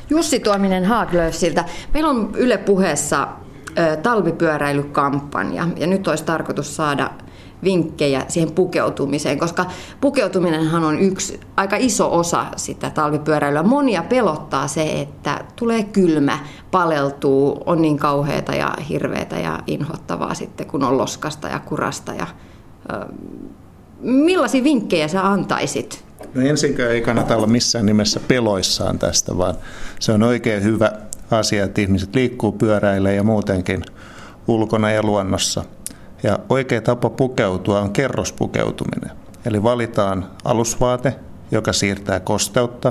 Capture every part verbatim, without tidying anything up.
Jussi Tuominen Haaglöfsiltä. Meillä on Yle Puheessa ö, talvipyöräilykampanja ja nyt olisi tarkoitus saada vinkkejä siihen pukeutumiseen, koska pukeutuminenhan on yksi aika iso osa sitä talvipyöräilyä. Monia pelottaa se, että tulee kylmä, paleltuu, on niin kauheata ja hirveätä ja inhottavaa sitten, kun on loskasta ja kurasta. Ja, ö, millaisia vinkkejä sä antaisit? No ensinkään ei kannata olla missään nimessä peloissaan tästä, vaan se on oikein hyvä asia, että ihmiset liikkuu, pyöräilee ja muutenkin ulkona ja luonnossa. Ja oikea tapa pukeutua on kerrospukeutuminen. Eli valitaan alusvaate, joka siirtää kosteutta,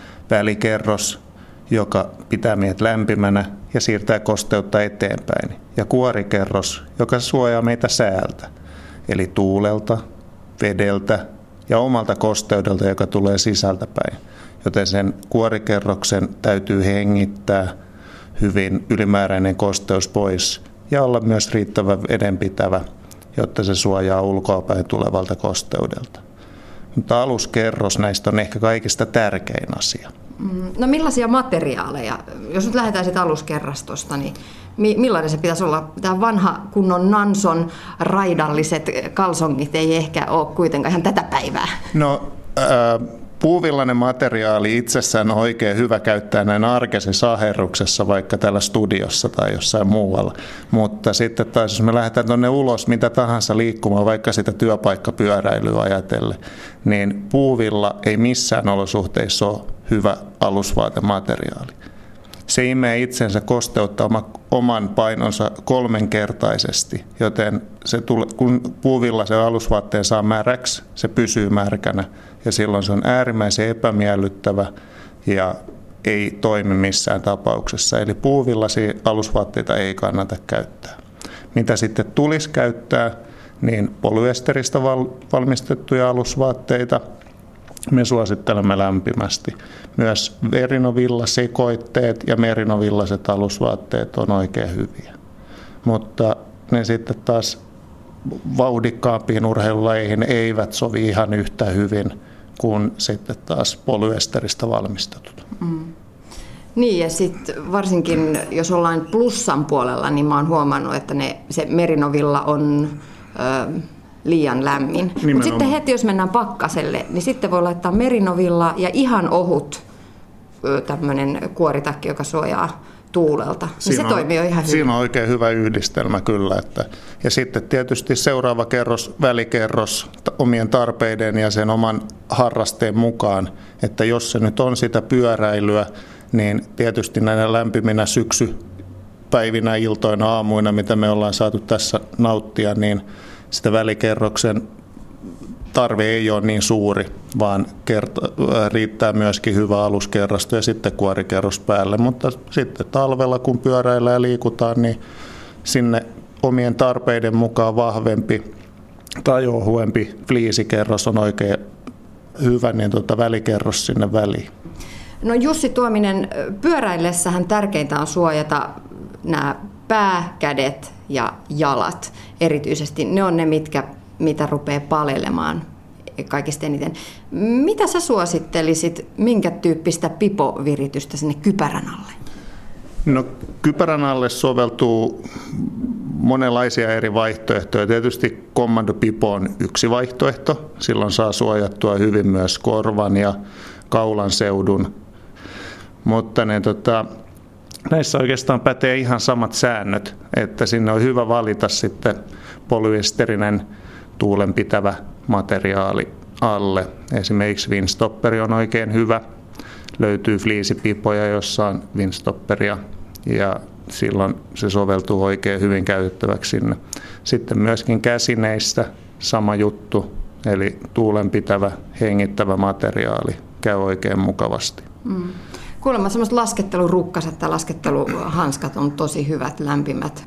välikerros, joka pitää meidät lämpimänä ja siirtää kosteutta eteenpäin, ja kuorikerros, joka suojaa meitä säältä, eli tuulelta, vedeltä ja omalta kosteudelta, joka tulee sisältäpäin. Joten sen kuorikerroksen täytyy hengittää hyvin ylimääräinen kosteus pois ja olla myös riittävän vedenpitävä, jotta se suojaa ulkoapäin tulevalta kosteudelta. Mutta aluskerros näistä on ehkä kaikista tärkein asia. No millaisia materiaaleja, jos nyt lähdetään siitä aluskerrastosta, niin millainen se pitäisi olla? Tämä vanha kunnon Nanson raidalliset kalsongit ei ehkä ole kuitenkaan ihan tätä päivää. No äh, puuvillainen materiaali itsessään on oikein hyvä käyttää näin arkisessa aherruksessa, vaikka täällä studiossa tai jossain muualla. Mutta sitten taas jos me lähdetään tuonne ulos mitä tahansa liikkumaan, vaikka sitä työpaikkapyöräilyä ajatellen, niin puuvilla ei missään olosuhteissa ole hyvä alusvaatemateriaali. Se imee itsensä kosteutta oman painonsa kolmenkertaisesti, joten se tule, kun puuvilla se alusvaatteen saa märäksi, se pysyy märkänä ja silloin se on äärimmäisen epämiellyttävä ja ei toimi missään tapauksessa. Eli puuvillaisia alusvaatteita ei kannata käyttää. Mitä sitten tulisi käyttää, niin polyesteristä valmistettuja alusvaatteita me suosittelemme lämpimästi. Myös merinovillasekoitteet ja merinovillaiset alusvaatteet on oikein hyviä. Mutta ne sitten taas vauhdikkaampiin urheilulajeihin eivät sovi ihan yhtä hyvin kuin sitten taas polyesteristä valmistetut. Mm. Niin ja sitten varsinkin jos ollaan plussan puolella, niin mä oon huomannut, että ne, se merinovilla on Ö, liian lämmin. Mutta sitten heti, jos mennään pakkaselle, niin sitten voi laittaa merinovilla ja ihan ohut tämmöinen kuoritakki, joka suojaa tuulelta. Niin se on, toimii jo ihan hyvin. Siinä on oikein hyvä yhdistelmä kyllä. Että, ja sitten tietysti seuraava kerros, välikerros omien tarpeiden ja sen oman harrasteen mukaan, että jos se nyt on sitä pyöräilyä, niin tietysti näinä lämpiminä syksypäivinä, iltoina, aamuina, mitä me ollaan saatu tässä nauttia, niin sitä välikerroksen tarve ei ole niin suuri, vaan kerta, riittää myöskin hyvä aluskerrasto ja sitten kuorikerros päälle. Mutta sitten talvella, kun pyöräillään ja liikutaan, niin sinne omien tarpeiden mukaan vahvempi tai ohuempi fliisikerros on oikein hyvä, niin tuota välikerros sinne väliin. No Jussi Tuominen, pyöräillessähän tärkeintä on suojata nämä pää, kädet ja jalat. Erityisesti ne on ne, mitkä, mitä rupeaa palelemaan kaikista eniten. Mitä sä suosittelisit, minkä tyyppistä pipoviritystä sinne kypärän alle? No kypärän alle soveltuu monenlaisia eri vaihtoehtoja. Tietysti kommandopipo on yksi vaihtoehto. Silloin saa suojattua hyvin myös korvan ja kaulan seudun. Mutta ne, tota, näissä oikeastaan pätee ihan samat säännöt, että sinne on hyvä valita sitten polyesterinen tuulenpitävä materiaali alle. Esimerkiksi windstopperi on oikein hyvä. Löytyy fliisipipoja, jossa on windstopperia ja silloin se soveltuu oikein hyvin käytettäväksi sinne. Sitten myöskin käsineistä sama juttu, eli tuulenpitävä, hengittävä materiaali käy oikein mukavasti. Mm. Kuulemma semmoiset laskettelurukkaset tai lasketteluhanskat on tosi hyvät, lämpimät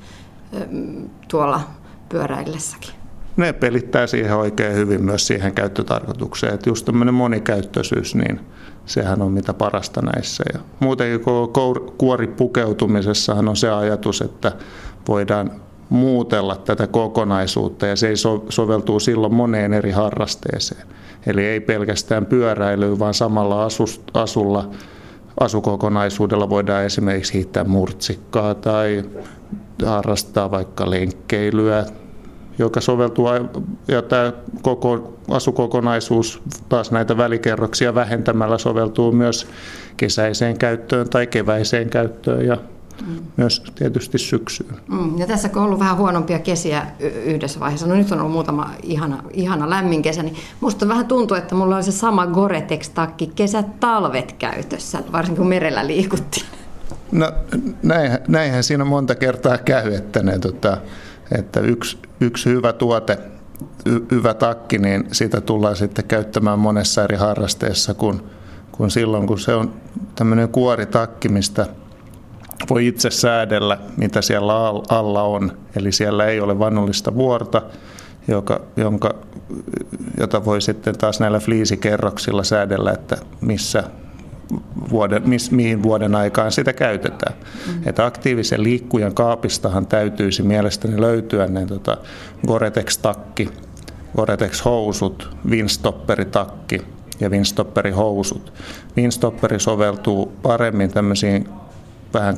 tuolla pyöräillessäkin. Ne pelittää siihen oikein hyvin myös siihen käyttötarkoitukseen. Että just tämmöinen monikäyttöisyys, niin sehän on mitä parasta näissä. Ja muutenkin kuoripukeutumisessahan on se ajatus, että voidaan muutella tätä kokonaisuutta ja se ei so- soveltuu silloin moneen eri harrasteeseen. Eli ei pelkästään pyöräilyyn, vaan samalla asus- asulla asukokonaisuudella voidaan esimerkiksi hiihtää murtsikkaa tai harrastaa vaikka lenkkeilyä, joka soveltuu, ja tämä koko asukokonaisuus taas näitä välikerroksia vähentämällä soveltuu myös kesäiseen käyttöön tai keväiseen käyttöön ja mm. myös tietysti syksyyn. Mm. Ja tässä kun on ollut vähän huonompia kesiä yhdessä vaiheessa, no nyt on ollut muutama ihana, ihana lämmin kesä, niin musta vähän tuntuu, että mulla oli se sama Gore-Tex-takki kesät-talvet käytössä, varsinkin kun merellä liikuttiin. No näinhän, näinhän siinä monta kertaa käy, että, ne, tota, että yksi, yksi hyvä tuote, y, hyvä takki, niin sitä tullaan sitten käyttämään monessa eri harrasteessa, kun, kun silloin kun se on tämmöinen kuoritakki, mistä voi itse säädellä, mitä siellä alla on. Eli siellä ei ole vannollista vuorta, joka, jonka, jota voi sitten taas näillä fliisikerroksilla säädellä, että missä vuoden, miss, mihin vuoden aikaan sitä käytetään. Mm-hmm. Että aktiivisen liikkujan kaapistahan täytyisi mielestäni löytyä ne tota, Gore-Tex-takki, Gore-Tex-housut, windstopperitakki ja windstopperihousut. Windstopperi soveltuu paremmin tämmöisiin vähän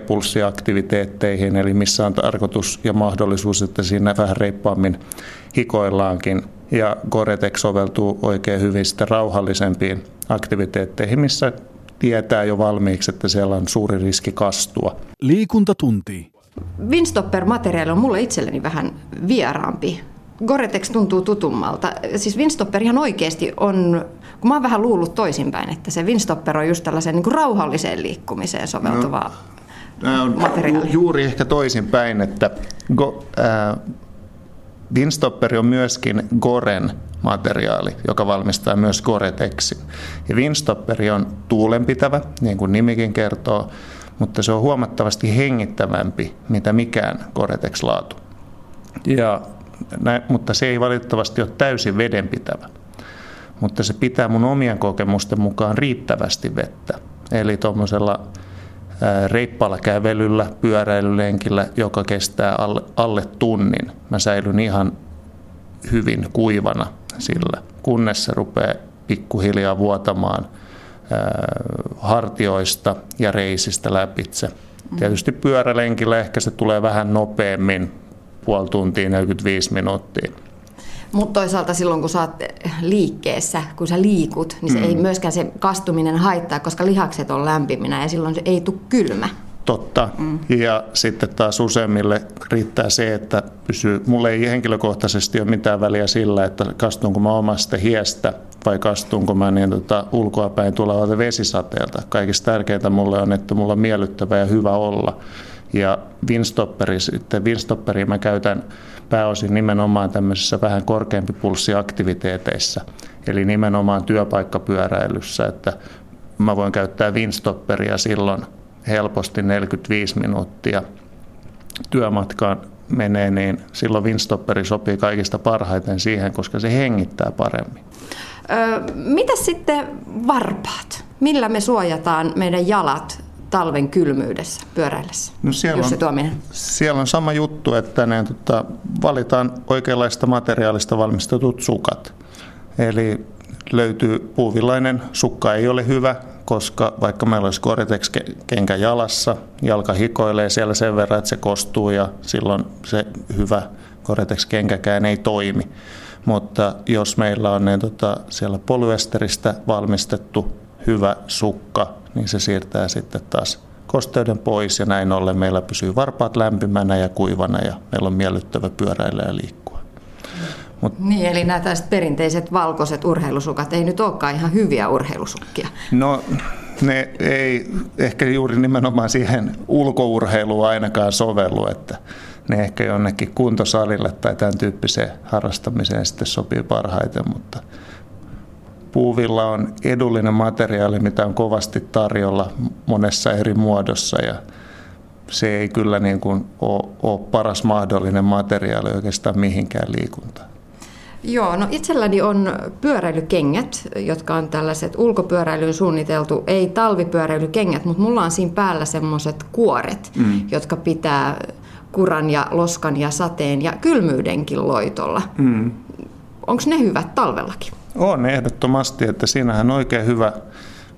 korkeapulssiaktiviteetteihin, eli missä on tarkoitus ja mahdollisuus, että siinä vähän reippaammin hikoillaankin. Ja Gore-Tex soveltuu oikein hyvin sitten rauhallisempiin aktiviteetteihin, missä tietää jo valmiiksi, että siellä on suuri riski kastua. Liikuntatunti. Windstopper-materiaali on mulle itselleni vähän vieraampi. Gore-Tex tuntuu tutummalta. Siis Windstopper ihan oikeasti on, kun mä oon vähän luullut toisinpäin, että se Windstopper on just tällaiseen niin kuin rauhalliseen liikkumiseen soveltuvaa no, materiaalia. Ju, juuri ehkä toisinpäin, että go, äh, Windstopper on myöskin Goren materiaali, joka valmistaa myös Gore-Texin. Ja Windstopper on tuulenpitävä, niin kuin nimikin kertoo, mutta se on huomattavasti hengittävämpi, mitä mikään Gore-Tex-laatu. Ja Näin, mutta se ei valitettavasti ole täysin vedenpitävä. Mutta se pitää mun omien kokemusten mukaan riittävästi vettä. Eli tuommoisella reippaalla kävelyllä, pyöräilylenkillä, joka kestää alle, alle tunnin. Mä säilyn ihan hyvin kuivana sillä, kunnes se rupeaa pikkuhiljaa vuotamaan ää, hartioista ja reisistä läpitse. Mm. Tietysti pyörälenkillä ehkä se tulee vähän nopeammin, puoli tuntia, neljäkymmentäviisi minuuttia. Mutta toisaalta silloin, kun sä oot liikkeessä, kun sä liikut, niin se mm. ei myöskään se kastuminen haittaa, koska lihakset on lämpiminä ja silloin se ei tule kylmä. Totta. Mm. Ja sitten taas useimmille riittää se, että pysyy, mulle ei henkilökohtaisesti ole mitään väliä sillä, että kastunko mä omasta hiestä vai kastunko mä niin tota, ulkoapäin tulevalta vesisateelta. Kaikista tärkeintä mulle on, että mulla on miellyttävä ja hyvä olla. Ja Windstopperi, sitten Windstopperia mä käytän pääosin nimenomaan tämmöisissä vähän korkeampi pulssiaktiviteeteissa, eli nimenomaan työpaikkapyöräilyssä, että mä voin käyttää Windstopperia silloin helposti neljäkymmentäviisi minuuttia työmatkaan menee, niin silloin Windstopperi sopii kaikista parhaiten siihen, koska se hengittää paremmin. Öö, mitäs sitten varpaat? Millä me suojataan meidän jalat talven kylmyydessä pyöräillessä? No siellä, on, siellä on sama juttu, että ne, tota, valitaan oikeanlaista materiaalista valmistetut sukat. Eli löytyy puuvillainen sukka ei ole hyvä, koska vaikka meillä olisi Gore-Tex-kenkä jalassa, jalka hikoilee siellä sen verran, että se kostuu ja silloin se hyvä Gore-Tex-kenkäkään ei toimi. Mutta jos meillä on ne, tota, siellä polyesteristä valmistettu hyvä sukka, niin se siirtää sitten taas kosteuden pois ja näin ollen meillä pysyy varpaat lämpimänä ja kuivana ja meillä on miellyttävä pyöräillä ja liikkua. Mut, niin, eli nämä tällaiset perinteiset valkoiset urheilusukat ei nyt olekaan ihan hyviä urheilusukkia. No ne ei ehkä juuri nimenomaan siihen ulkourheiluun ainakaan sovellu, että ne ehkä jonnekin kuntosalille tai tämän tyyppiseen harrastamiseen sitten sopii parhaiten, mutta puuvilla on edullinen materiaali, mitä on kovasti tarjolla monessa eri muodossa ja se ei kyllä niin kuin ole, ole paras mahdollinen materiaali oikeastaan mihinkään liikuntaan. Joo, no itselläni on pyöräilykengät, jotka on tällaiset ulkopyöräilyyn suunniteltu, ei talvipyöräilykengät, mutta mulla on siinä päällä semmoiset kuoret, mm. jotka pitää kuran ja loskan ja sateen ja kylmyydenkin loitolla. Mm. Onko ne hyvät talvellakin? On ehdottomasti, että siinähän oikein hyvä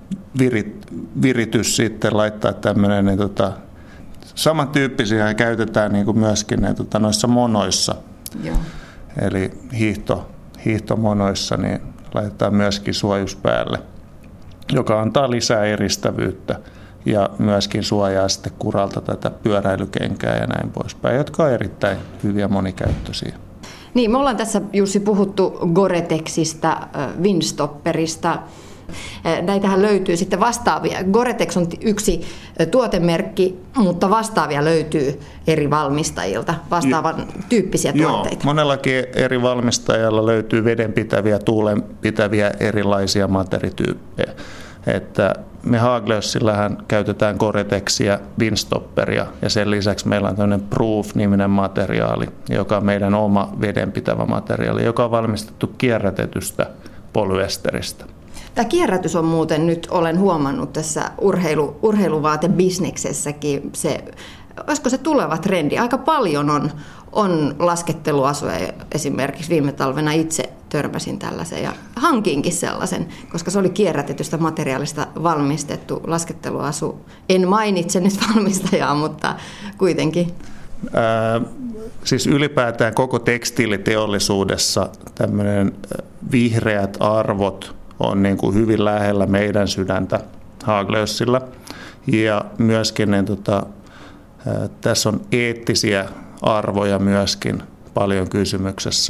virit, viritys sitten laittaa tämmöinen, niin tota, samantyyppisiä käytetään niin kuin myöskin ne, tota, noissa monoissa. Joo. Eli hiihto, hiihtomonoissa niin laitetaan myöskin suojus päälle, joka antaa lisää eristävyyttä ja myöskin suojaa sitten kuralta tätä pyöräilykenkää ja näin poispäin, jotka on erittäin hyviä monikäyttöisiä. Niin, me ollaan tässä, Jussi, puhuttu Gore-Texista, Windstopperista. Näitähän löytyy sitten vastaavia. Gore-Tex on yksi tuotemerkki, mutta vastaavia löytyy eri valmistajilta, vastaavan tyyppisiä tuotteita. Joo, monellakin eri valmistajalla löytyy vedenpitäviä, tuulenpitäviä erilaisia materityyppejä. Että me Haglöfsillähän käytetään Gore-Texia, Windstopperia ja sen lisäksi meillä on tämmöinen Proof-niminen materiaali, joka on meidän oma vedenpitävä materiaali, joka on valmistettu kierrätetystä polyesteristä. Tämä kierrätys on muuten nyt, olen huomannut tässä urheilu, urheiluvaatebisneksessäkin, se, olisiko se tuleva trendi? Aika paljon on, on lasketteluasuja, esimerkiksi viime talvena itse törmäsin tällaisen ja hankinkin sellaisen, koska se oli kierrätetystä materiaalista valmistettu lasketteluasu. En mainitse nyt valmistajaa, mutta kuitenkin. Ää, siis ylipäätään koko tekstiiliteollisuudessa tämmöinen vihreät arvot on niin kuin hyvin lähellä meidän sydäntä Haglöfsillä. Ja myöskin niin, tota, ää, tässä on eettisiä arvoja myöskin paljon kysymyksessä.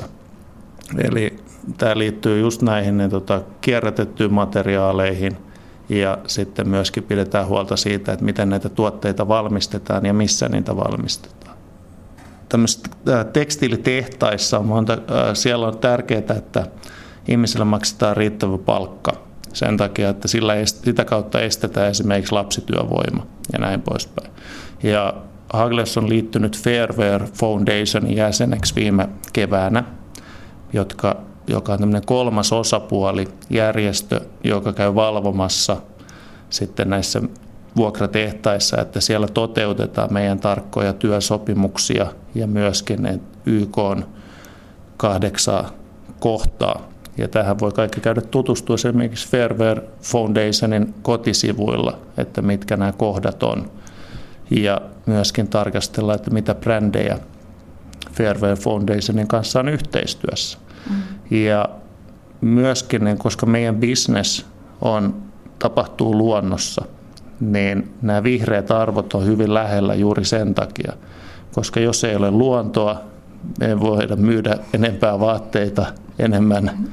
Eli tämä liittyy just näihin niin, tota, kierrätettyihin materiaaleihin ja sitten myöskin pidetään huolta siitä, että miten näitä tuotteita valmistetaan ja missä niitä valmistetaan. Tämmöisissä tekstiilitehtaissa on monta, siellä on tärkeää, että ihmisille maksetaan riittävä palkka sen takia, että sillä sitä kautta estetään esimerkiksi lapsityövoima ja näin poispäin. Ja Haglöfs on liittynyt Fairwear Foundationin jäseneksi viime keväänä, jotka, joka on tämmöinen kolmas osapuoli, järjestö, joka käy valvomassa sitten näissä vuokratehtaissa, että siellä toteutetaan meidän tarkkoja työsopimuksia ja myöskin ne Y K:n kahdeksaa kohtaa. Ja tähän voi kaikki käydä tutustua esimerkiksi Fairwear Foundationin kotisivuilla, että mitkä nämä kohdat on. Ja myöskin tarkastella, että mitä brändejä Fairwear Foundationin kanssa on yhteistyössä. Mm. Ja myöskin, koska meidän business on, tapahtuu luonnossa, niin nämä vihreät arvot on hyvin lähellä juuri sen takia. Koska jos ei ole luontoa, me ei voida myydä enempää vaatteita, enemmän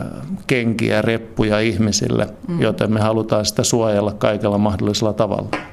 kenkiä, reppuja ihmisille, joten me halutaan sitä suojella kaikella mahdollisella tavalla.